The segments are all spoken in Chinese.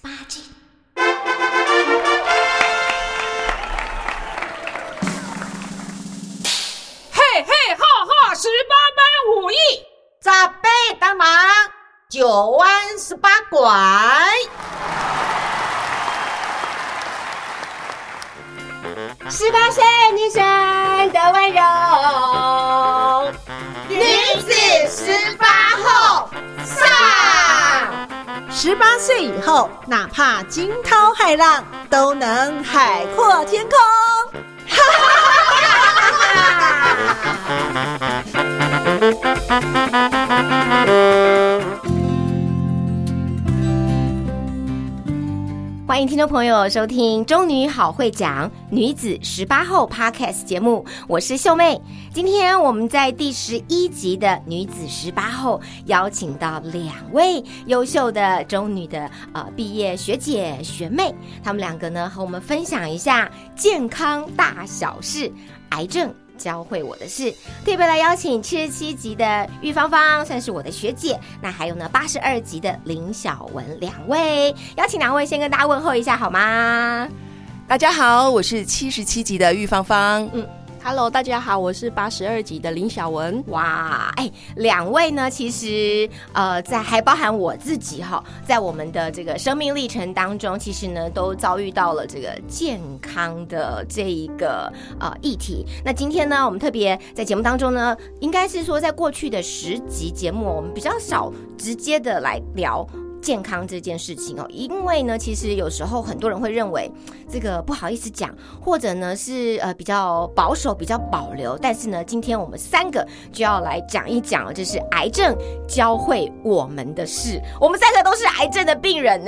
禁。 嘿嘿哈哈，18般武艺， 杂贝当忙，9弯18拐。18岁女生的温柔，女子18后上。 18岁以后，哪怕惊涛骇浪，都能海阔天空。 欢迎听众朋友收听中女好会讲女子18后 Podcast 节目，我是秀妹。今天我们在第11集的女子18后邀请到2位优秀的中女的毕业学姐学妹，她们2个呢和我们分享一下健康大小事，癌症教会我的事。特别来邀请77集的玉芳芳，算是我的学姐，那还有呢82集的林小文2位，邀请2位先跟大家问候一下好吗？ 大家好，我是77集的玉芳芳。 Hello， 大家好，我是82集的林小文。 哇，2位呢，其实在还包含我自己哈，在我们的这个生命历程当中，其实呢都遭遇到了这个健康的这一个议题。那今天呢，我们特别在节目当中呢，应该是说在过去的10集节目，我们比较少直接的来聊健康这件事情哦，因为呢，其实有时候很多人会认为这个不好意思讲，或者呢是比较保守、比较保留。但是呢，今天我们3个就要来讲一讲，就是癌症教会我们的事。我们3个都是癌症的病人呢，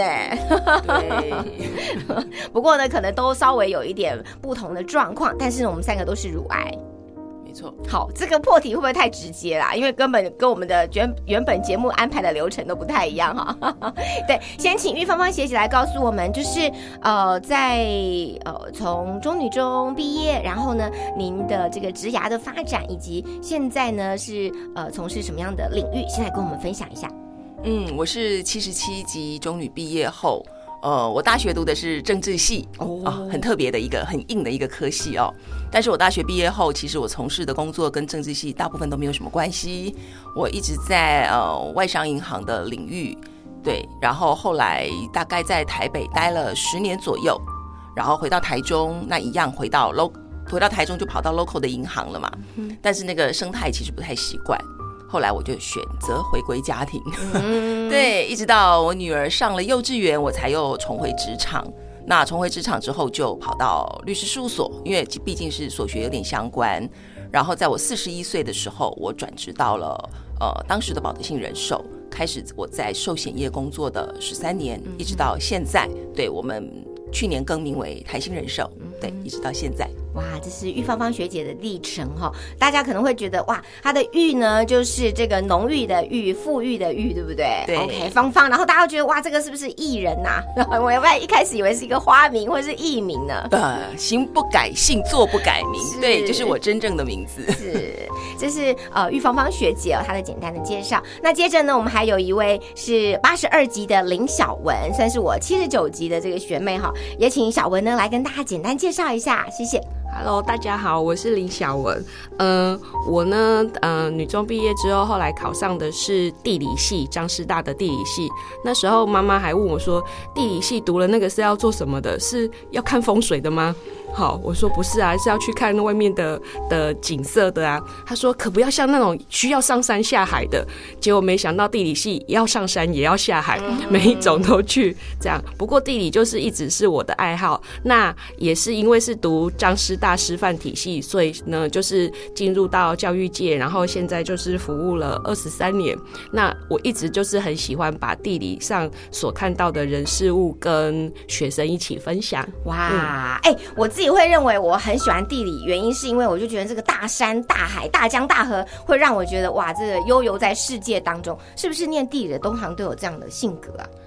不过呢，可能都稍微有一点不同的状况，但是我们3个都是乳癌。好，这个破题会不会太直接啦？因为根本跟我们的原本节目安排的流程都不太一样哈。对，先请玉芳芳学姐来告诉我们，就是在从中女中毕业，然后呢，您的这个职涯的发展，以及现在呢是从事什么样的领域，现在跟我们分享一下。 我是77级中女毕业后。我大学读的是政治系很特别的一个很硬的一个科系哦。但是我大学毕业后，其实我从事的工作跟政治系大部分都没有什么关系。我一直在外商银行的领域，对，然后后来大概在台北待了10年左右，然后回到台中，那一样回到台中就跑到 local 的银行了嘛。但是那个生态其实不太习惯。后来我就选择回归家庭，对，一直到我女儿上了幼稚园，我才又重回职场。那重回职场之后，就跑到律师事务所，因为毕竟是所学有点相关。然后在我41岁的时候，我转职到了当时的保德信人寿，开始我在寿险业工作的13年，一直到现在。对，我们去年更名为台新人寿，对，一直到现在。 哇，这是玉芳芳学姐的历程哈，大家可能会觉得哇，她的玉呢就是这个浓郁的郁，富裕的裕，对不对？ 对 ，OK， 芳芳，然后大家会觉得哇，这个是不是艺人呐？我原来一开始以为是一个花名或是艺名呢。 行不改姓，坐不改名，对，就是我真正的名字。 是，这是玉芳芳学姐她的简单的介绍。那接着呢，我们还有一位是82级的林小文，算是我79级的这个学妹哈，也请小文呢来跟大家简单介绍一下，谢谢。 Hello， 大家好，我是林小文。我呢，女中毕业之后，后来考上的是地理系，彰师大的地理系。那时候妈妈还问我说，地理系读了那个是要做什么的？是要看风水的吗？好，我说不是啊，是要去看外面的景色的啊。他说可不要像那种需要上山下海的。结果没想到地理系要上山也要下海，每一种都去这样。不过地理就是一直是我的爱好。那也是因为是读彰师大师范体系，所以呢就是进入到教育界，然后现在就是服务了23年。那我一直就是很喜欢把地理上所看到的人事物跟学生一起分享。 哇，我自己会认为我很喜欢地理，原因是因为我就觉得这个大山大海大江大河会让我觉得哇，这个悠游在世界当中。是不是念地理的通常都有这样的性格啊？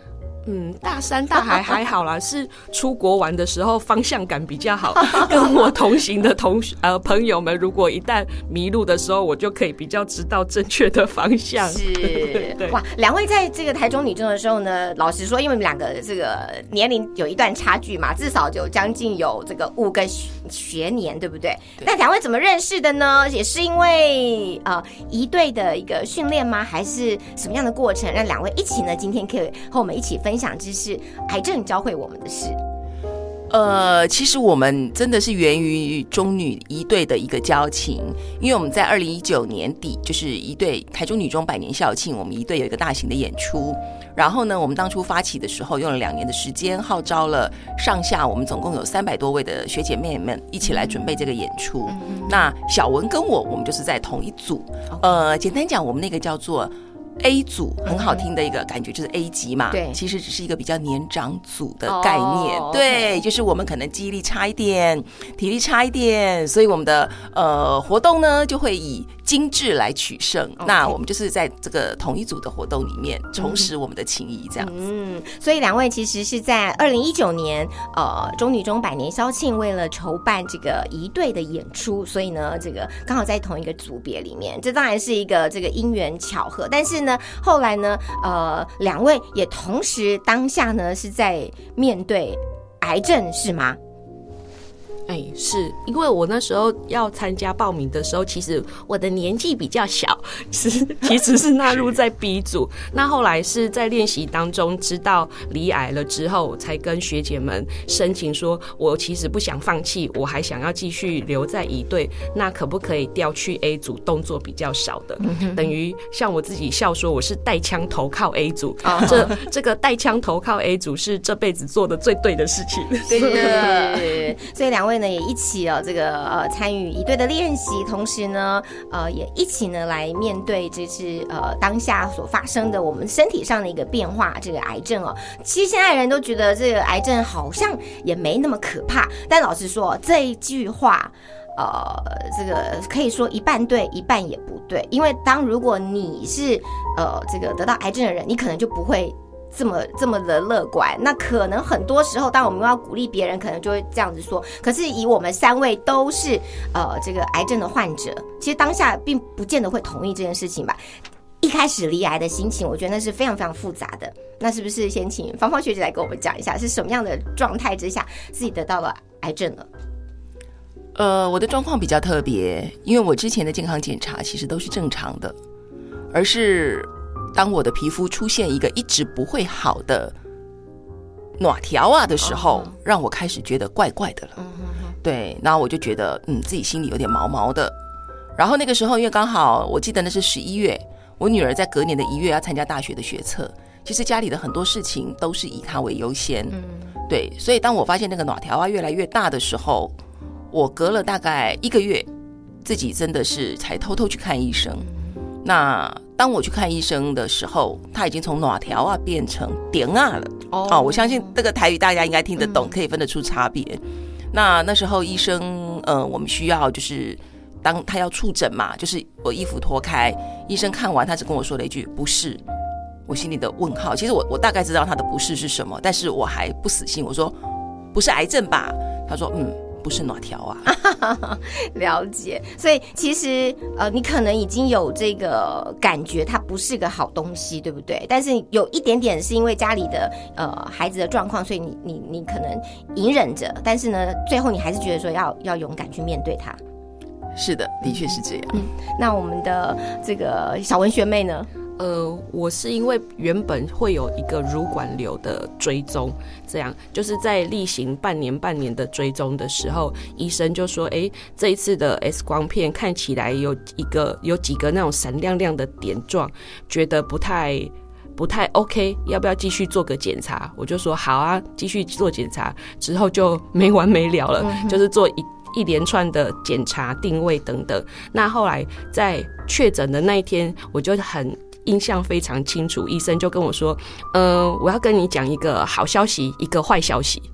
大山大海还好啦，是出国玩的时候方向感比较好。跟我同行的朋友们，如果一旦迷路的时候，我就可以比较知道正确的方向。 是哇，两位在这个台中女中的时候呢，老实说，因为你们两个这个年龄有一段差距嘛，至少就将近有这个5个学年，对不对？那两位怎么认识的呢？也是因为一队的一个训练吗？还是什么样的过程让两位一起呢？今天可以和我们一起分享，这是癌症教会我们的事。 其实我们真的是源于中女一队的一个交情，因为我们在2019年底，就是一队台中女中100年校庆，我们一队有一个大型的演出。然后呢，我们当初发起的时候，用了2年的时间，号召了上下我们总共有300多位的学姐妹们一起来准备这个演出。那小文跟我们就是在同一组。简单讲，我们那个叫做A 组，很好听的一个感觉就是 A 级嘛， 对， 其实只是一个比较年长组的概念，对，就是我们可能记忆力差一点，体力差一点，所以我们的活动呢就会以精致来取胜。那我们就是在这个同一组的活动里面重拾我们的情谊，这样子。 所以两位其实是在2019年中女中100年校庆，为了筹办这个一队的演出，所以呢，这个刚好在同一个组别里面，这当然是一个这个因缘巧合，但是呢，后来呢，两位也同时当下呢是在面对癌症，是吗？ 是因为我那时候要参加报名的时候，其实我的年纪比较小，其实是纳入在 B 组。那后来是在练习当中知道罹癌了之后，才跟学姐们申请说，我其实不想放弃，我还想要继续留在一队，那可不可以调去 A 组，动作比较少的？等于像我自己笑说，我是带枪投靠 A 组。这个带枪投靠 A 组是这辈子做的最对的事情。 对的，所以两位呢也一起这个参与一队的练习，同时呢也一起呢来面对这是当下所发生的我们身体上的一个变化，这个癌症哦。其实现在人都觉得这个癌症好像也没那么可怕，但老实说这一句话这个可以说一半对一半也不对，因为如果你是这个得到癌症的人，你可能就不会这么的乐观，那可能很多时候当我们要鼓励别人，可能就会这样子说。可是以我们3位都是这个癌症的患者，其实当下并不见得会同意这件事情吧。一开始罹癌的心情，我觉得那是非常非常复杂的。那是不是先请芳芳学姐来跟我们讲一下，是什么样的状态之下自己得到了癌症了？ 我的状况比较特别，因为我之前的健康检查其实都是正常的，而是当我的皮肤出现一个一直不会好的哪条啊的时候，让我开始觉得怪怪的了。对，然后我就觉得自己心里有点毛毛的。然后那个时候因为刚好我记得那是11月，我女儿在隔年的1月要参加大学的学测，其实家里的很多事情都是以她为优先。对，所以当我发现那个哪条啊越来越大的时候，我隔了大概1个月，自己真的是才偷偷去看医生。那当我去看医生的时候，他已经从哪条啊变成点啊了。我相信这个台语大家应该听得懂，可以分得出差别。那时候医生我们需要就是当他要触诊嘛，就是我衣服脱开，医生看完他只跟我说了一句不是。我心里的问号，其实我大概知道他的不是是什么，但是我还不死心，我说不是癌症吧？他说不是哪条啊。 了解，所以其实你可能已经有这个感觉它不是个好东西，对不对？但是有一点点是因为家里的孩子的状况，所以你可能隐忍着，但是呢最后你还是觉得说要勇敢去面对它。 是的，的确是这样。 那我们的这个小文学妹呢？ 我是因为原本会有一个乳管瘤的追踪，这样就是在例行半年的追踪的时候，医生就说这一次的 X 光片看起来有几个那种闪亮亮的点状，觉得不太 OK， 要不要继续做个检查？我就说好啊，继续做检查，之后就没完没了了，就是做一连串的检查、定位等等。那后来在确诊的那一天，我就很印象非常清楚，医生就跟我说我要跟你讲一个好消息，一个坏消息。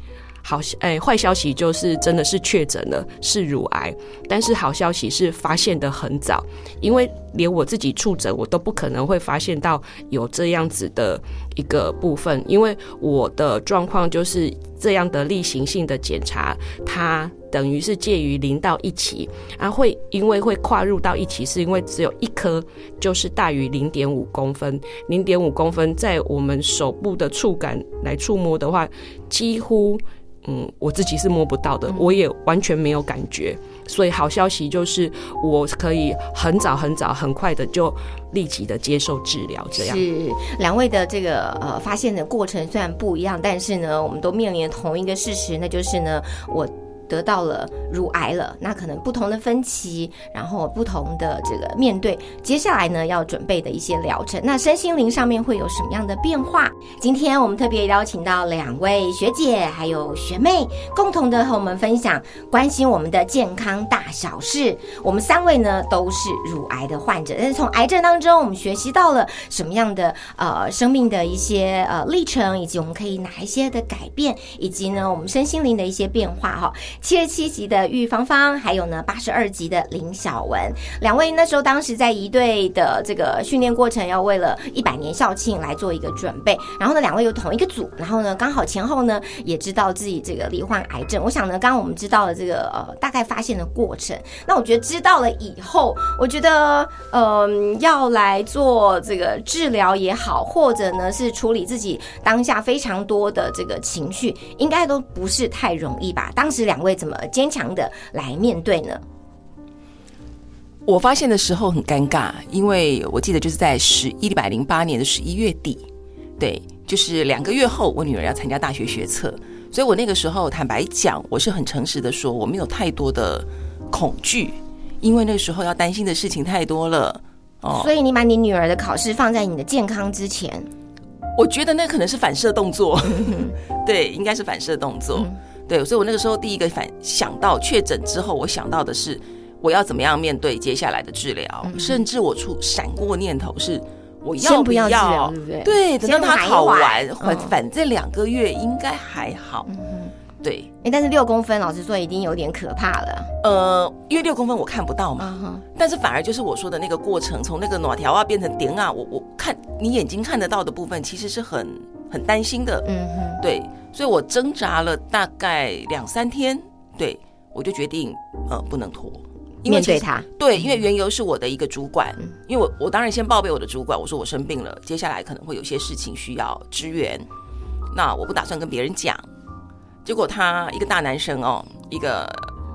坏消息就是真的是确诊了是乳癌，但是好消息是发现得很早，因为连我自己触诊我都不可能会发现到有这样子的一个部分，因为我的状况就是这样的例行性的检查，它等于是介于0到1期，因为会跨入到1期，是因为只有一颗就是大于0.5公分，0.5公分在我们手部的触感来触摸的话，几乎我自己是摸不到的，我也完全没有感觉。所以好消息就是我可以很早很快的就立即的接受治疗。这样是两位的这个发现的过程虽然不一样，但是呢我们都面临同一个事实，那就是呢我得到了乳癌了，那可能不同的分期，然后不同的这个面对接下来呢要准备的一些疗程，那身心灵上面会有什么样的变化？今天我们特别邀请到2位学姐还有学妹，共同的和我们分享关心我们的健康大小事。我们3位呢都是乳癌的患者，但是从癌症当中我们学习到了什么样的生命的一些历程，以及我们可以哪一些的改变，以及呢我们身心灵的一些变化哈。77集的玉芳芳，还有呢82集的林小文，2位那时候当时在仪队的这个训练过程，要为了100年校庆来做一个准备，然后呢2位有同一个组，然后呢刚好前后呢也知道自己这个罹患癌症。我想呢刚刚我们知道了这个大概发现的过程，那我觉得知道了以后，我觉得要来做这个治疗也好，或者呢是处理自己当下非常多的这个情绪，应该都不是太容易吧？当时2位怎么坚强的来面对呢？ 我发现的时候很尴尬，因为我记得就是在108年的11月底，对，就是2个月后我女儿要参加大学学测，所以我那个时候坦白讲，我是很诚实的说，我没有太多的恐惧，因为那个时候要担心的事情太多了。 所以你把你女儿的考试放在你的健康之前？ 我觉得那可能是反射动作，对，应该是反射动作。对，所以我那个时候第一个想到确诊之后，我想到的是我要怎么样面对接下来的治疗，甚至我闪过念头是我要不要治疗，对不对？对，等到他考完，反正2个月应该还好。对， 但是6公分老实说已经有点可怕了。 因为6公分我看不到嘛，但是反而就是我说的那个过程，从那个哪条啊变成点啊，我看你眼睛看得到的部分，其实是很担心的。对，所以我挣扎了大概2-3天，对，我就决定不能拖， 面对他。 对，因为缘由是我的一个主管，因为我当然先报备我的主管，我说我生病了，接下来可能会有些事情需要支援，那我不打算跟别人讲。结果他一个大男生一个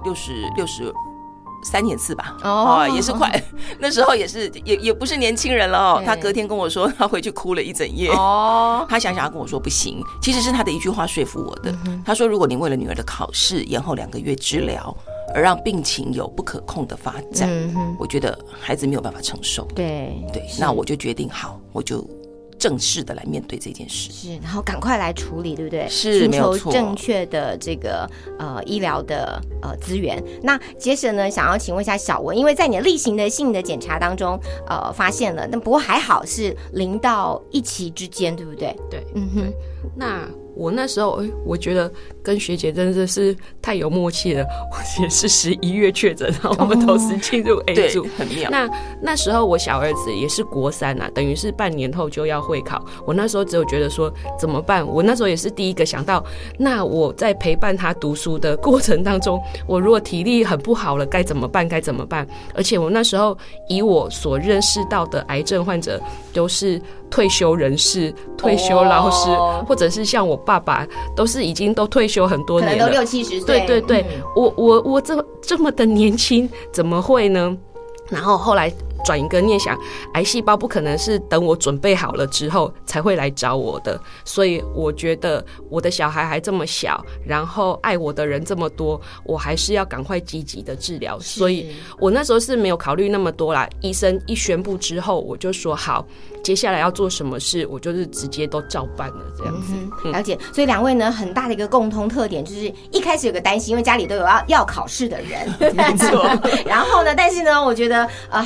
63年次吧，也是快，那时候也不是年轻人了他隔天跟我说，他回去哭了一整夜。他想要跟我说不行，其实是他的一句话说服我的。他说，如果您为了女儿的考试延后2个月治疗，而让病情有不可控的发展，我觉得孩子没有办法承受。对，那我就决定好，我就正式的来面对这件事， 是，然后赶快来处理，对不对？ 是， 寻求正确的这个医疗的资源。那接着呢，想要请问一下小文，因为在你的例行的性的检查当中，发现了，那不过还好是0到1期之间，对不对？ 对，对。那我那时候，我觉得跟学姐真的是太有默契了。我也是11月确诊，然后我们同时进入 A 组， 很妙。 那时候我小儿子也是国3啊，等于是半年后就要会考。我那时候只有觉得说怎么办？我那时候也是第一个想到，那我在陪伴他读书的过程当中，我如果体力很不好了，该怎么办？而且我那时候以我所认识到的癌症患者，都是退休人士、退休老师，或者是像我爸爸，都是已经都退休很多年了， 可能都60-70岁。 对，我这么的年轻，怎么会呢？然后后来转一个念想，癌细胞不可能是等我准备好了之后才会来找我的，所以我觉得我的小孩还这么小，然后爱我的人这么多，我还是要赶快积极的治疗。所以我那时候是没有考虑那么多啦，医生一宣布之后，我就说好，接下来要做什么事，我就是直接都照办了这样子。 了解。所以2位呢，很大的一个共同特点就是一开始有个担心，因为家里都有要考试的人，没错。然后呢，但是呢，我觉得还好我们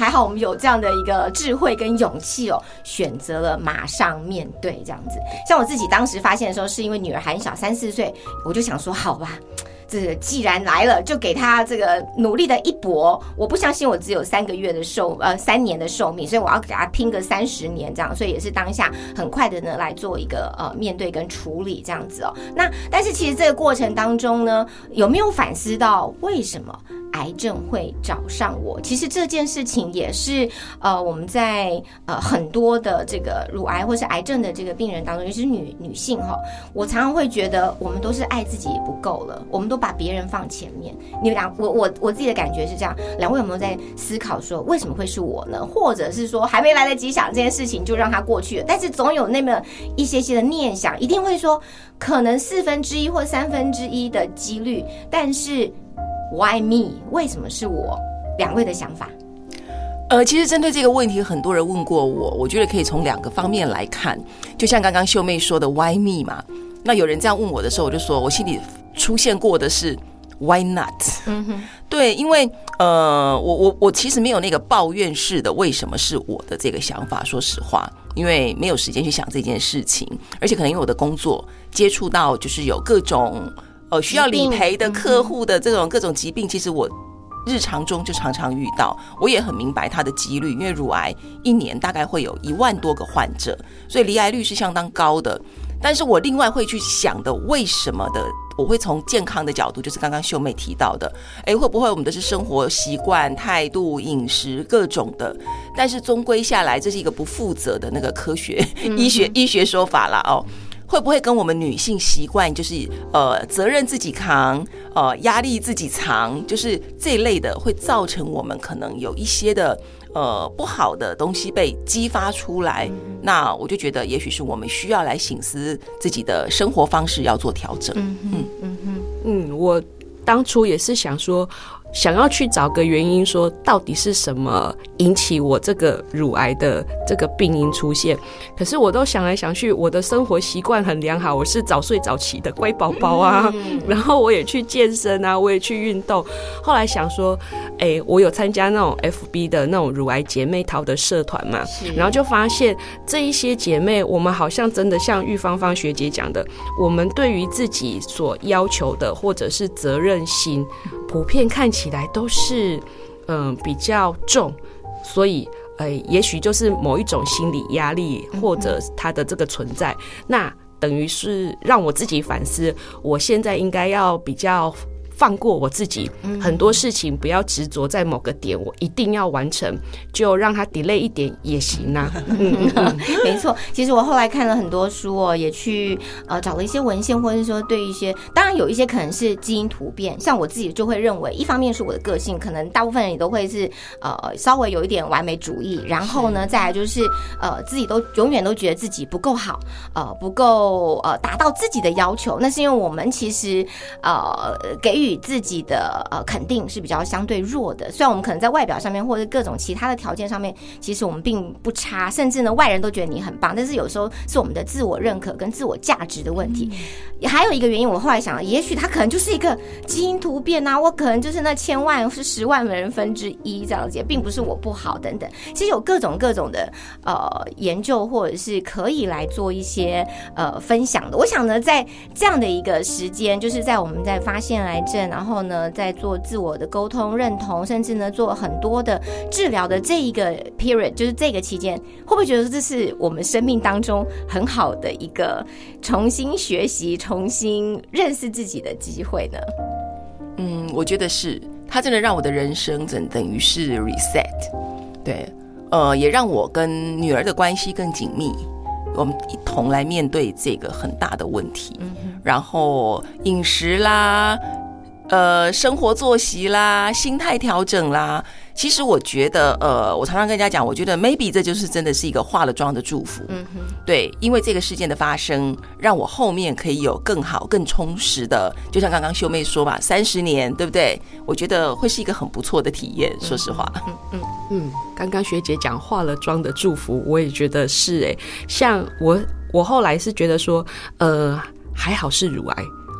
有这样的一个智慧跟勇气哦，选择了马上面对这样子。像我自己当时发现的时候，是因为女儿还小，3、4岁，我就想说，好吧。这个既然来了，就给他这个努力的一搏。我不相信我只有3年的寿命，所以我要给他拼个30年这样。所以也是当下很快的呢来做一个面对跟处理这样子哦。那但是其实这个过程当中呢，有没有反思到为什么癌症会找上我？其实这件事情也是我们在很多的这个乳癌或是癌症的这个病人当中，尤其是女性哈，我常常会觉得我们都是爱自己也不够了，我们都把别人放前面。你们俩，我自己的感觉是这样，两位有没有在思考说为什么会是我呢？或者是说还没来得及想这件事情就让它过去了，但是总有那么一些的念想，一定会说可能1/4或1/3的几率，但是 Why me？ 为什么是我？两位的想法？ 其实针对这个问题，很多人问过我觉得可以从2个方面来看。就像刚刚秀妹说的 ，Why me 嘛？那有人这样问我的时候，我就说我心里出现过的是 Why not？ 对，因为我其实没有那个抱怨式的为什么是我的这个想法，说实话，因为没有时间去想这件事情，而且可能因为我的工作接触到就是有各种需要理赔的客户的这种各种疾病，其实我日常中就常常遇到，我也很明白它的几率，因为乳癌1年大概会有1万多个患者，所以罹癌率是相当高的。但是我另外会去想的为什么的，我会从健康的角度，就是刚刚秀妹提到的，会不会我们的是生活习惯、态度、饮食各种的，但是终归下来，这是一个不负责的那个科学医学说法啦哦。会不会跟我们女性习惯就是责任自己扛，压力自己藏，就是这一类的，会造成我们可能有一些的不好的东西被激发出来。那我就觉得也许是我们需要来省思自己的生活方式，要做调整。 我当初也是想说，想要去找个原因，说到底是什么引起我这个乳癌的这个病因出现。可是我都想来想去，我的生活习惯很良好，我是早睡早起的乖宝宝啊，然后我也去健身啊，我也去运动。后来想说我有参加那种 FB 的那种乳癌姐妹淘的社团嘛，然后就发现这一些姐妹，我们好像真的像玉芳芳学姐讲的，我们对于自己所要求的或者是责任心，普遍看起来都是比较重，所以也许就是某一种心理压力或者它的这个存在，那等于是让我自己反思，我现在应该要比较放过我自己，很多事情不要执着在某个点，我一定要完成，就让它 delay 一点也行啊。 没错，其实我后来看了很多书哦，也去找了一些文献，或者是说对一些，当然有一些可能是基因突变，像我自己就会认为，一方面是我的个性，可能大部分人也都会是稍微有一点完美主义，然后呢，再来就是自己都永远都觉得自己不够好，不够达到自己的要求，那是因为我们其实给予自己的肯定是比较相对弱的，虽然我们可能在外表上面或者各种其他的条件上面，其实我们并不差，甚至呢外人都觉得你很棒，但是有时候是我们的自我认可跟自我价值的问题。还有一个原因，我后来想，也许它可能就是一个基因突变啊，我可能就是那1000万是10万人分之一这样子，并不是我不好等等。其实有各种的研究，或者是可以来做一些分享的。我想呢，在这样的一个时间，就是在我们在发现癌症，然后呢在做自我的沟通认同，甚至呢做很多的治疗的这一个 period， 就是这个期间，会不会觉得这是我们生命当中很好的一个重新学习、重新认识自己的机会呢？ 我觉得是，它真的让我的人生等于是 reset。 对，也让我跟女儿的关系更紧密，我们一同来面对这个很大的问题。然后饮食啦，生活作息啦，心态调整啦，其实我觉得我常常跟人家讲，我觉得 maybe 这就是真的是一个化了妆的祝福。对，因为这个事件的发生，让我后面可以有更好更充实的，就像刚刚秀妹说吧，30年，对不对？我觉得会是一个很不错的体验，说实话。 刚刚学姐讲化了妆的祝福，我也觉得是像我后来是觉得说还好是乳癌，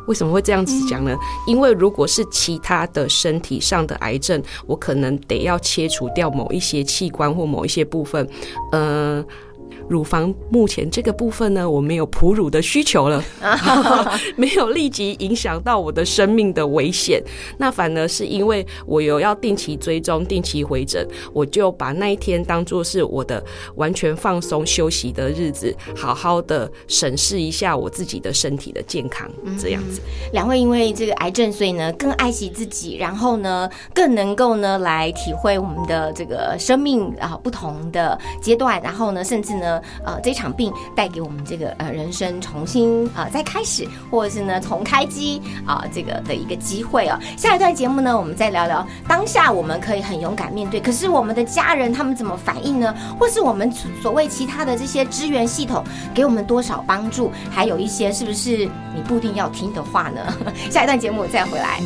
为什么会这样子讲呢？因为如果是其他的身体上的癌症，我可能得要切除掉某一些器官或某一些部分，乳房目前这个部分呢，我没有哺乳的需求了，没有立即影响到我的生命的危险。那反而是因为我有要定期追踪、定期回诊，我就把那一天当作是我的完全放松休息的日子，好好的审视一下我自己的身体的健康，这样子。 两位因为这个癌症，所以呢更爱惜自己，然后呢更能够呢来体会我们的这个生命不同的阶段，然后呢甚至呢这场病带给我们这个人生重新再开始，或者是呢重开机这个的一个机会哦。下一段节目呢，我们再聊聊当下我们可以很勇敢面对，可是我们的家人他们怎么反应呢？或是我们所谓其他的这些支援系统给我们多少帮助？还有一些是不是你不一定要听的话呢？下一段节目再回来。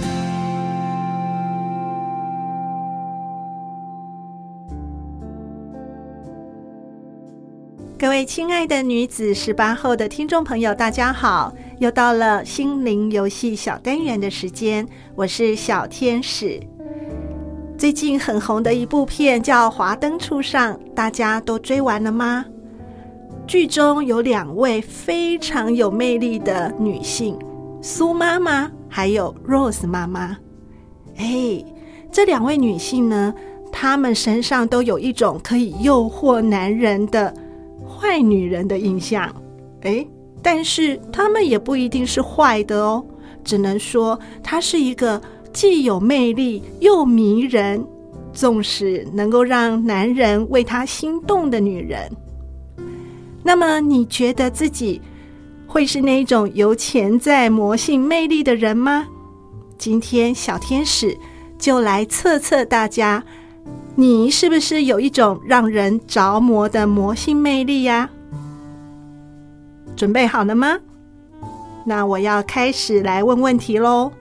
各位亲爱的女子18后的听众朋友，大家好，又到了心灵游戏小单元的时间，我是小天使。最近很红的一部片叫《华灯初上》，大家都追完了吗？剧中有2位非常有魅力的女性，苏妈妈还有 Rose 妈妈。这2位女性呢，她们身上都有一种可以诱惑男人的坏女人的印象，但是她们也不一定是坏的哦，只能说她是一个既有魅力又迷人，纵使能够让男人为她心动的女人。那么你觉得自己会是那种有潜在魔性魅力的人吗？今天小天使就来测测大家，你是不是有一种让人着魔的魔性魅力呀？准备好了吗？那我要开始来问问题咯。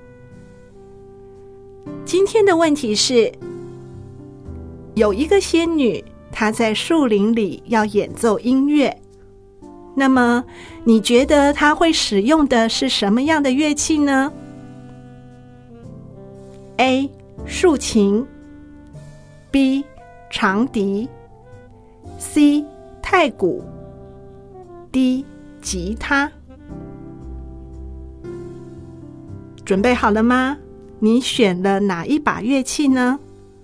今天的问题是，有一个仙女，她在树林里要演奏音乐，那么你觉得她会使用的是什么样的乐器呢？ A. 竖琴， B. 长笛， C. 太鼓， D. 吉他。准备好了吗？你选了哪一把乐器呢？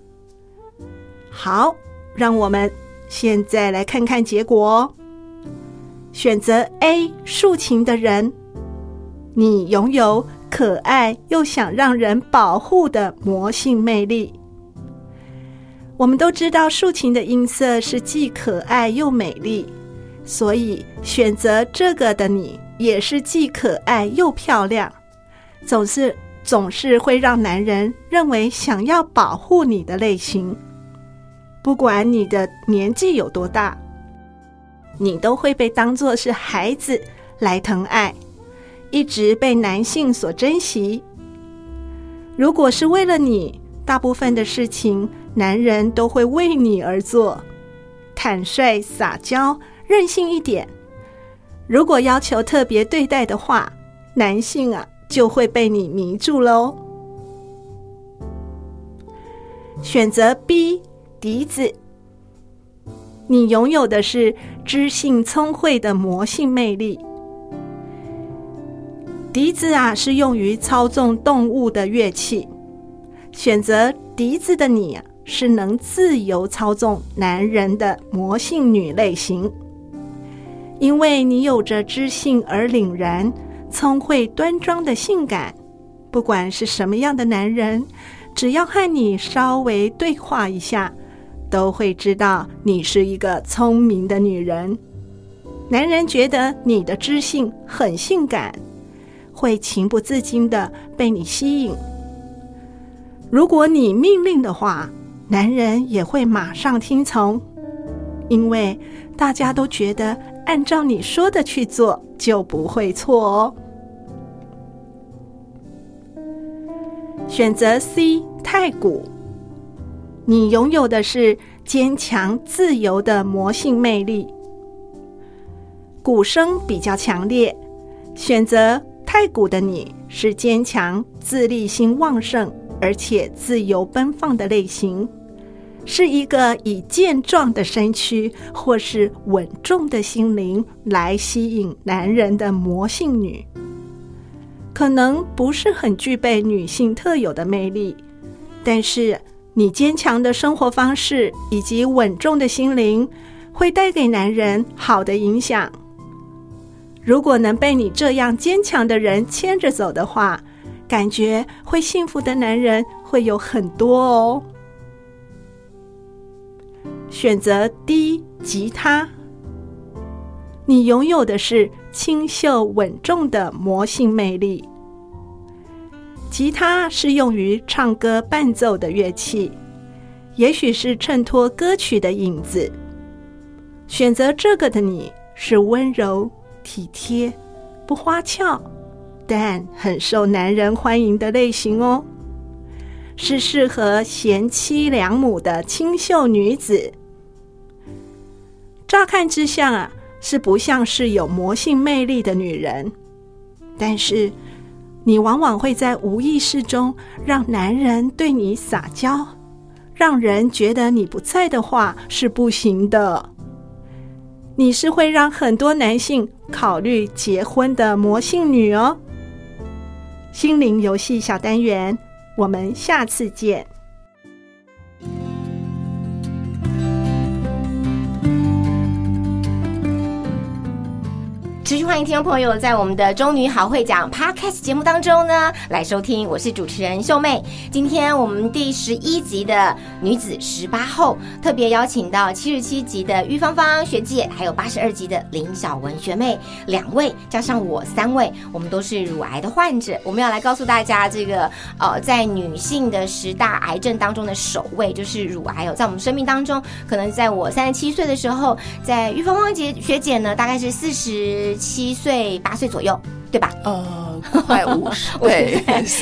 好，让我们现在来看看结果哦。选择 A 竖琴的人，你拥有可爱又想让人保护的魔性魅力。我们都知道竖琴的音色是既可爱又美丽，所以选择这个的你也是既可爱又漂亮，总是会让男人认为想要保护你的类型。不管你的年纪有多大，你都会被当作是孩子来疼爱，一直被男性所珍惜。如果是为了你，大部分的事情男人都会为你而做，坦率撒娇，任性一点。如果要求特别对待的话，男性就会被你迷住咯。选择 B 笛子，你拥有的是知性聪慧的魔性魅力。笛子是用于操纵动物的乐器，选择笛子的你是能自由操纵男人的魔性女类型，因为你有着知性而凛然、聪慧端庄的性感，不管是什么样的男人，只要和你稍微对话一下，都会知道你是一个聪明的女人。男人觉得你的知性很性感，会情不自禁地被你吸引。如果你命令的话，男人也会马上听从，因为大家都觉得按照你说的去做就不会错哦。选择 C 太鼓，你拥有的是坚强自由的魔性魅力，鼓声比较强烈，选择太太古的你是坚强、自立心旺盛，而且自由奔放的类型，是一个以健壮的身躯或是稳重的心灵来吸引男人的魔性女。可能不是很具备女性特有的魅力，但是你坚强的生活方式以及稳重的心灵会带给男人好的影响。如果能被你这样坚强的人牵着走的话，感觉会幸福的男人会有很多哦。选择 D 吉他，你拥有的是清秀稳重的魔性魅力。吉他是用于唱歌伴奏的乐器，也许是衬托歌曲的影子。选择这个的你是温柔体贴不花俏，但很受男人欢迎的类型哦，是适合贤妻良母的清秀女子。乍看之下是不像是有魔性魅力的女人，但是你往往会在无意识中让男人对你撒娇，让人觉得你不在的话是不行的。你是会让很多男性考虑结婚的魔性女哦。心灵游戏小单元，我们下次见。 持续欢迎听众朋友在我们的中女好会讲 Podcast 节目当中呢来收听，我是主持人秀妹。今天我们第11集的女子18后特别邀请到77集的玉芳芳学姐，还有82集的林小文学妹2位，加上我3位，我们都是乳癌的患者。我们要来告诉大家这个在女性的10大癌症当中的首位就是乳癌在我们生命当中，可能在我37岁的时候，在玉芳芳学姐呢大概是47岁8岁左右，对吧？ 快50，对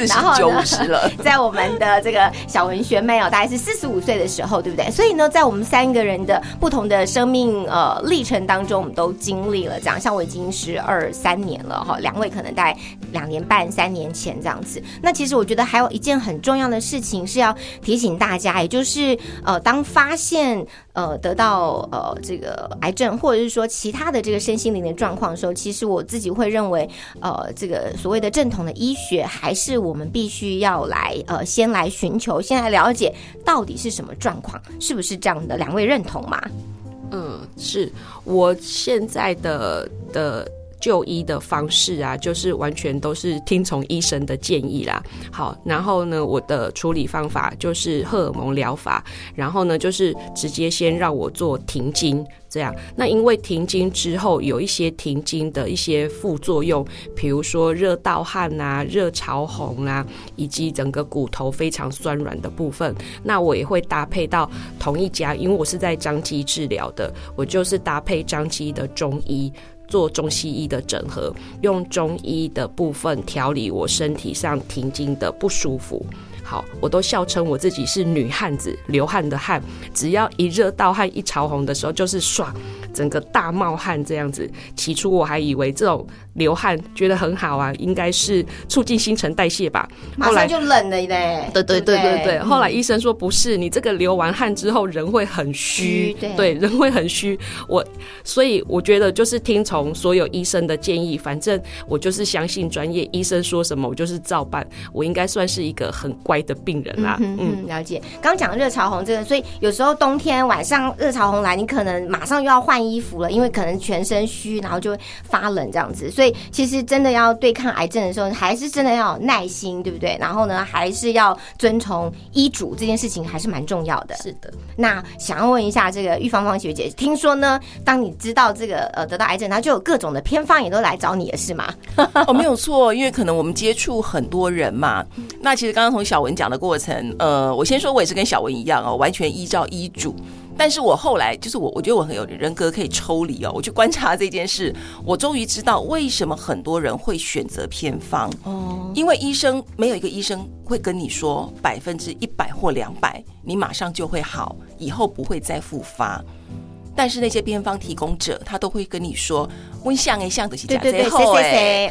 ，49、50了。 在我们的这个小文学妹大概是45岁的时候，对不对？所以呢，在我们3个人的不同的生命历程当中，我们都经历了这样。像我已经是23年了哈，2位可能大概2年半、3年前这样子。那其实我觉得还有一件很重要的事情是要提醒大家，也就是当发现得到这个癌症或者是说其他的这个身心灵的状况的时候，其实我自己会认为这个所谓的正统的医学还是我们必须要来先来寻求，先来了解到底是什么状况，是不是这样的？2位认同吗？ 是我现在的就医的方式就是完全都是听从医生的建议啦。好，然后呢，我的处理方法就是荷尔蒙疗法，然后呢，就是直接先让我做停经，这样。那因为停经之后有一些停经的一些副作用，比如说热盗汗热潮红以及整个骨头非常酸软的部分。那我也会搭配到同一家，因为我是在彰基治疗的，我就是搭配彰基的中医，做中西医的整合，用中医的部分调理我身体上停经的不舒服。好，我都笑称我自己是女汉子，流汗的汗，只要一热盗汗一潮红的时候就是唰，整个大冒汗这样子。起初我还以为这种流汗觉得很好应该是促进新陈代谢吧， 马上就冷了嘞。 对，后来医生说不是，你这个流完汗之后人会很虚，对，人会很虚。所以我觉得就是听从所有医生的建议，反正我就是相信专业，医生说什么我就是照办，我应该算是一个很乖的病人啦。 了解。刚讲热潮红这个，所以有时候冬天晚上热潮红来，你可能马上又要换衣服了，因为可能全身虚，然后就会发冷这样子。所以其实真的要对抗癌症的时候，还是真的要有耐心，对不对？然后呢，还是要遵从医嘱，这件事情还是蛮重要的。 是的。 那想要问一下这个玉芳芳学姐，听说呢，当你知道这个得到癌症，然后就有各种的偏方也都来找你了，是吗？ 没有错，因为可能我们接触很多人嘛。那其实刚刚从小文讲的过程，我先说我也是跟小文一样完全依照医嘱。但是我后来就是我觉得我很有人格可以抽离我去观察这件事，我终于知道为什么很多人会选择偏方。因为没有一个医生会跟你说100%或200%你马上就会好，以后不会再复发。 但是那些偏方提供者他都会跟你说温像的是假对对对，谁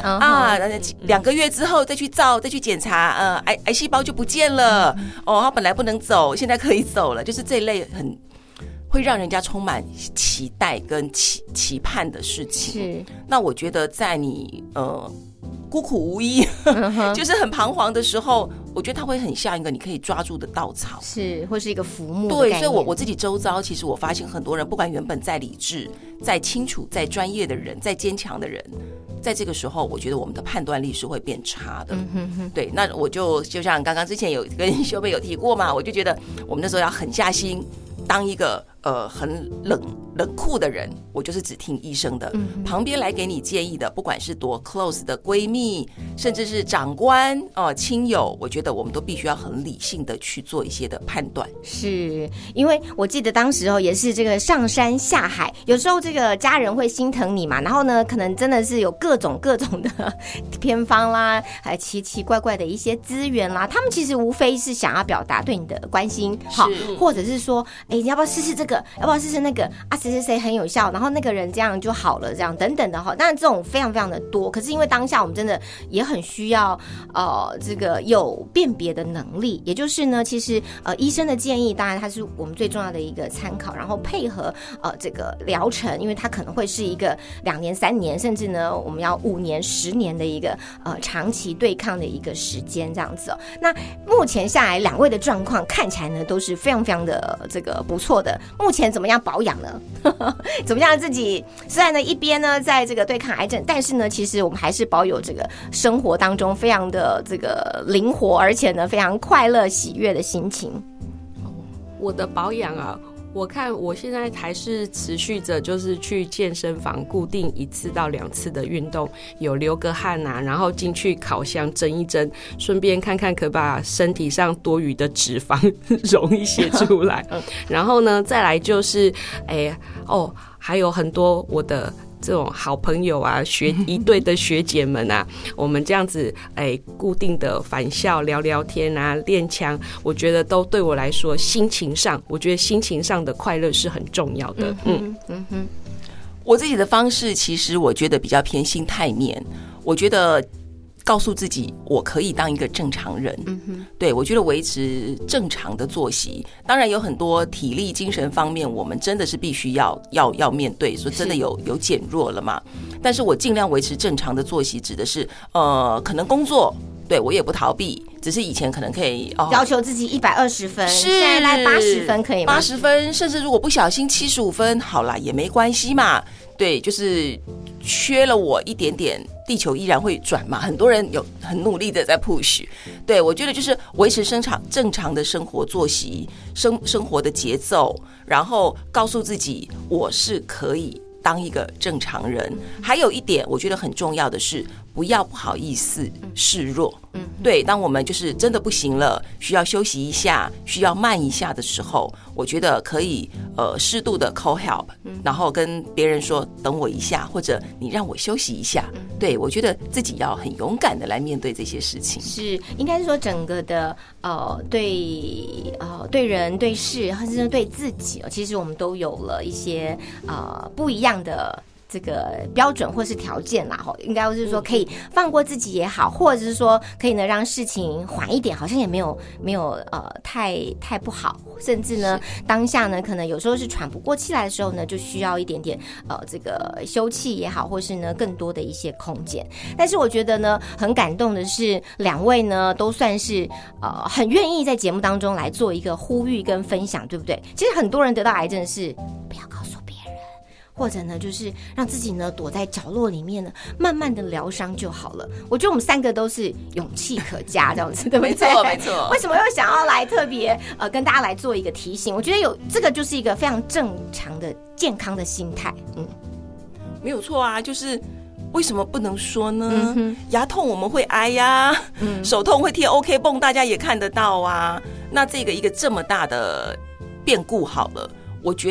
2个月之后再去照再去检查，癌细胞就不见了，他本来不能走现在可以走了，就是这一类很会让人家充满期待跟期盼的事情。是，那我觉得在你孤苦无依就是很彷徨的时候，我觉得它会很像一个你可以抓住的稻草， 是，或是一个浮木的概念。 对，所以我自己周遭，其实我发现很多人，不管原本再理智、再清楚、再专业的人、再坚强的人，在这个时候，我觉得我们的判断力是会变差的。对，那我就像刚刚之前有跟修贝有提过嘛，我就觉得我们那时候要狠下心，当一个很冷酷的人，我就是只听医生的，旁边来给你建议的，不管是多 close 的闺蜜，甚至是长官亲友，我觉得我们都必须要很理性的去做一些的判断。 是因为我记得当时也是这个上山下海，有时候这个家人会心疼你嘛，然后呢可能真的是有各种的偏方啦，还奇奇怪怪的一些资源啦，他们其实无非是想要表达对你的关心，好，或者是说你要不要试试这个，要不要试试那个啊，谁很有效，然后那个人这样就好了，这样等等的哈。当然这种非常非常的多，可是因为当下我们真的也很需要这个有辨别的能力，也就是呢，其实医生的建议当然它是我们最重要的一个参考，然后配合这个疗程，因为它可能会是一个2年3年，甚至呢我们要5年10年的一个长期对抗的一个时间这样子。那目前下来2位的状况看起来呢都是非常非常的这个不错的。目前怎么样保养呢？怎么样自己虽然呢一边呢在这个对抗癌症，但是呢其实我们还是保有这个生活当中非常的这个灵活，而且呢非常快乐喜悦的心情。 我的保养啊，我看我现在还是持续着，就是去健身房固定1次到2次的运动，有流个汗啊，然后进去烤箱蒸一蒸，顺便看看可把身体上多余的脂肪溶一些出来。然后呢，再来就是还有很多我的这种好朋友啊，一队的学姐们啊，我们这样子固定的返校聊聊天啊，练枪，我觉得都对我来说我觉得心情上的快乐是很重要的。 我自己的方式其实我觉得比较偏心态面，我觉得告诉自己我可以当一个正常人。对，我觉得维持正常的作息，当然有很多体力精神方面我们真的是必须要面对，说真的有减弱了嘛，但是我尽量维持正常的作息，指的是可能工作对我也不逃避，只是以前可能可以要求自己120分，现在来80分可以吗 ？80分，甚至如果不小心75分，好啦也没关系嘛。对，就是缺了我一点点，地球依然会转嘛。很多人有很努力的在 push。对，我觉得就是维持正常的生活作息，生活的节奏，然后告诉自己我是可以当一个正常人。还有一点我觉得很重要的是，不要不好意思示弱。对，当我们就是真的不行了，需要休息一下，需要慢一下的时候，我觉得可以适度的 call help，然后跟别人说等我一下，或者你让我休息一下。对，我觉得自己要很勇敢的来面对这些事情。 是，应该是说整个的对人对事，甚至对自己，其实我们都有了一些不一样的这个标准或是条件啦，应该是说可以放过自己也好，或者是说可以呢让事情缓一点，好像也没有太不好，甚至呢当下呢可能有时候是喘不过气来的时候呢，就需要一点点这个休憩也好，或是呢更多的一些空间。但是我觉得呢很感动的是2位呢都算是很愿意在节目当中来做一个呼吁跟分享，对不对？其实很多人得到癌症是不要告诉别人，或者呢就是让自己呢躲在角落里面呢慢慢的疗伤就好了。我觉得我们3个都是勇气可嘉这样子，对不对？ 没错没错。 为什么又想要来特别跟大家来做一个提醒？我觉得有这个就是一个非常正常的健康的心态。 没有错啊，就是为什么不能说呢？牙痛我们会挨呀，手痛会贴 OK 绷，大家也看得到啊。那这个一个这么大的变故好了，我觉得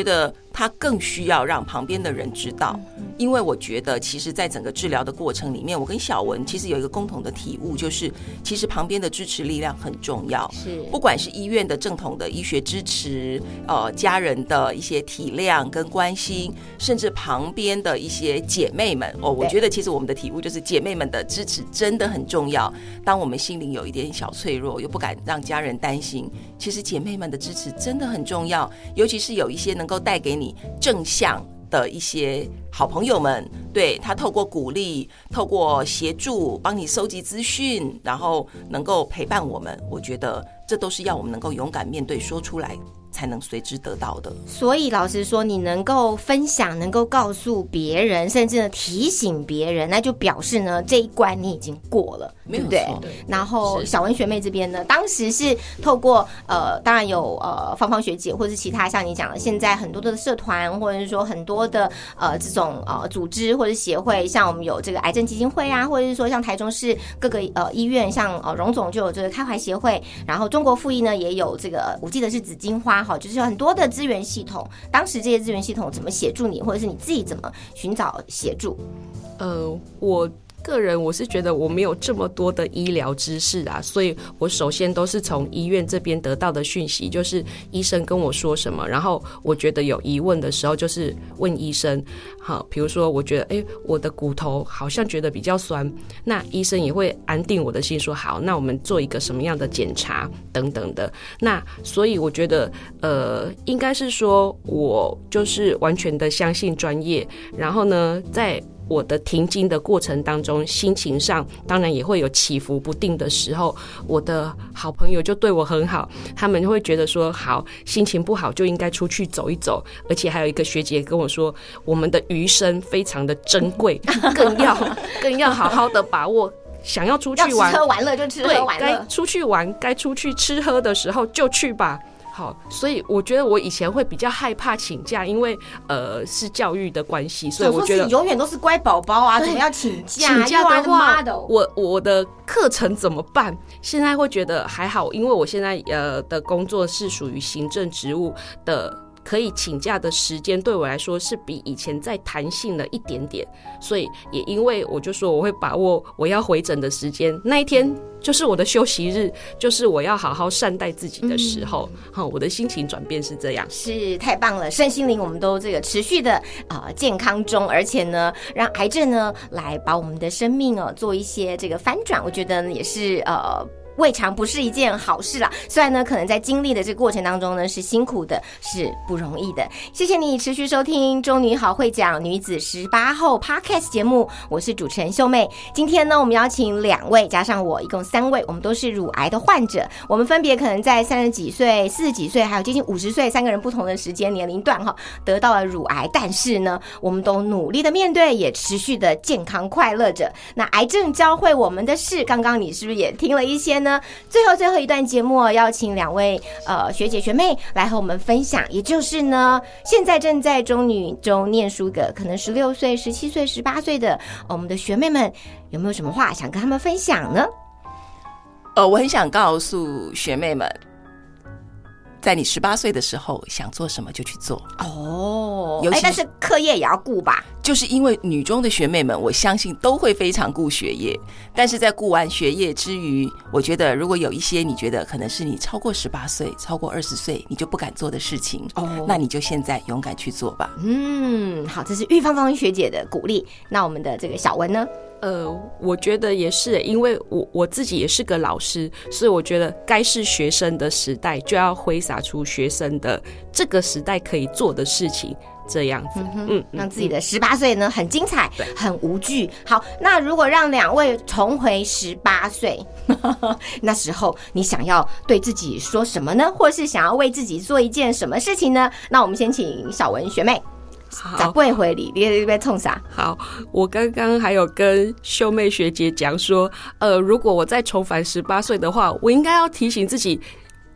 他更需要让旁边的人知道，因为我觉得其实在整个治疗的过程里面，我跟小文其实有一个共同的体悟，就是其实旁边的支持力量很重要， 是不管是医院的正统的医学支持，家人的一些体谅跟关心，甚至旁边的一些姐妹们，我觉得其实我们的体悟就是姐妹们的支持真的很重要。当我们心灵有一点小脆弱，又不敢让家人担心，其实姐妹们的支持真的很重要，尤其是有一些能够带给你正向的一些好朋友们，对，他透过鼓励，透过协助，帮你收集资讯，然后能够陪伴我们，我觉得这都是要我们能够勇敢面对，说出来才能随之得到的。 所以老实说，你能够分享，能够告诉别人，甚至呢提醒别人，那就表示呢这一关你已经过了，对不对？然后小文学妹这边呢，当时是透过当然有芳芳学姐或者是其他像你讲的，现在很多的社团或者是说很多的这种组织或者协会，像我们有这个癌症基金会啊，或者是说像台中市各个医院，像荣总就有这个开怀协会，然后中国附医呢也有这个，我记得是紫金花。就是有很多的资源系统，当时这些资源系统怎么协助你，或者是你自己怎么寻找协助？ 我个人我是觉得我没有这么多的医疗知识啊，所以我首先都是从医院这边得到的讯息，就是医生跟我说什么，然后我觉得有疑问的时候就是问医生。好，比如说我觉得我的骨头好像觉得比较酸，那医生也会安定我的心，说好，那我们做一个什么样的检查等等的。那所以我觉得应该是说我就是完全的相信专业，然后呢在我的停经的过程当中，心情上当然也会有起伏不定的时候，我的好朋友就对我很好，他们会觉得说好，心情不好就应该出去走一走，而且还有一个学姐跟我说，我们的余生非常的珍贵，更要好好的把握，想要出去玩， 要吃喝玩乐就吃喝玩乐， 该出去玩该出去吃喝的时候就去吧。好，所以我觉得我以前会比较害怕请假，因为是教育的关系，所以我觉得永远都是乖宝宝啊，怎么要请假？ 请假的话，我的课程怎么办？现在会觉得还好，因为我现在的工作是属于行政职务的。可以请假的时间对我来说是比以前再弹性了一点点，所以也因为我就说我会把握我要回诊的时间，那一天就是我的休息日，就是我要好好善待自己的时候。我的心情转变是这样， 是太棒了，身心灵我们都这个持续的健康中，而且呢让癌症呢来把我们的生命做一些这个翻转，我觉得也是未尝不是一件好事啦。虽然呢可能在经历的这个过程当中呢是辛苦的，是不容易的。谢谢你持续收听中女好会讲女子18后 Podcast 节目，我是主持人秀妹。今天呢我们邀请2位加上我一共3位，我们都是乳癌的患者，我们分别可能在30几岁、40几岁还有接近50岁3个人不同的时间年龄段得到了乳癌，但是呢我们都努力的面对，也持续的健康快乐着。那癌症教会我们的事，刚刚你是不是也听了一些呢？最后一段节目邀请2位学姐学妹来和我们分享，也就是呢现在正在中女中念书的可能16岁、17岁、18岁的我们的学妹们，有没有什么话想跟他们分享呢？ 我很想告诉学妹们，在你18岁的时候想做什么就去做但是课业也要顾吧？ 就是因为女中的学妹们我相信都会非常顾学业，但是在顾完学业之余，我觉得如果有一些你觉得可能是你超过18岁超过20岁你就不敢做的事情，那你就现在勇敢去做吧。 好，这是玉芳芳学姐的鼓励。那我们的这个小文呢？ 我觉得也是，因为我自己也是个老师，所以我觉得该是学生的时代就要挥洒出学生的这个时代可以做的事情，这样子， 让自己的18岁呢很精彩，很无惧。好，那如果让2位重回18岁，那时候你想要对自己说什么呢？或是想要为自己做一件什么事情呢？那我们先请小文学妹。咋不会回你？你被冲啥？ 好，我刚刚还有跟秀妹学姐讲说，如果我再重返18岁的话，我应该要提醒自己，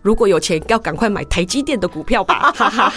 如果有钱要赶快买台积电的股票吧。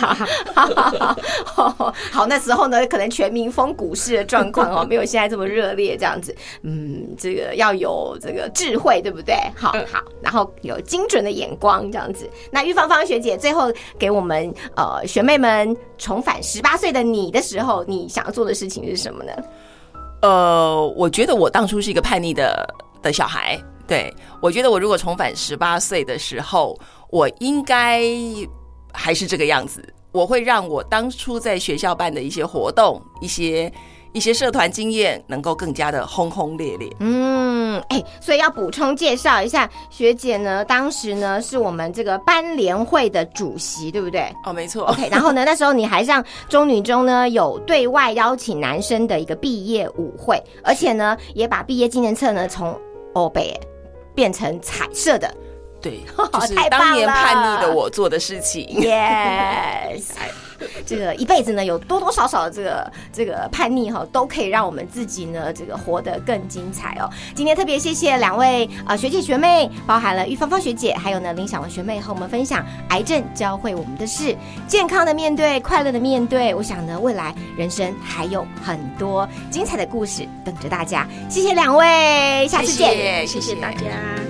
好，那时候呢可能全民疯股市的状况哦，没有现在这么热烈这样子。这个要有这个智慧，对不对？好，然后有精准的眼光这样子。那玉芳芳学姐最后给我们学妹们重返18岁的你的时候，你想要做的事情是什么呢？ 我觉得我当初是一个叛逆的小孩。对，我觉得我如果重返18岁的时候，我应该还是这个样子。我会让我当初在学校办的一些活动，一些社团经验能够更加的轰轰烈烈。 所以要补充介绍一下，学姐呢当时呢是我们这个班联会的主席，对不对？ 没错。 OK， 然后呢那时候你还上中女中呢有对外邀请男生的一个毕业舞会，而且呢也把毕业纪念册呢从欧北变成彩色的。 对，就是当年叛逆的我做的事情。 Yes， 这个一辈子呢，有多多少少的这个叛逆哈，都可以让我们自己呢，这个活得更精彩哦。今天特别谢谢2位学姐学妹，包含了玉芳芳学姐，还有呢林小文学妹和我们分享癌症教会我们的事，健康的面对，快乐的面对。我想呢，未来人生还有很多精彩的故事等着大家。谢谢2位，下次见， 谢谢大家。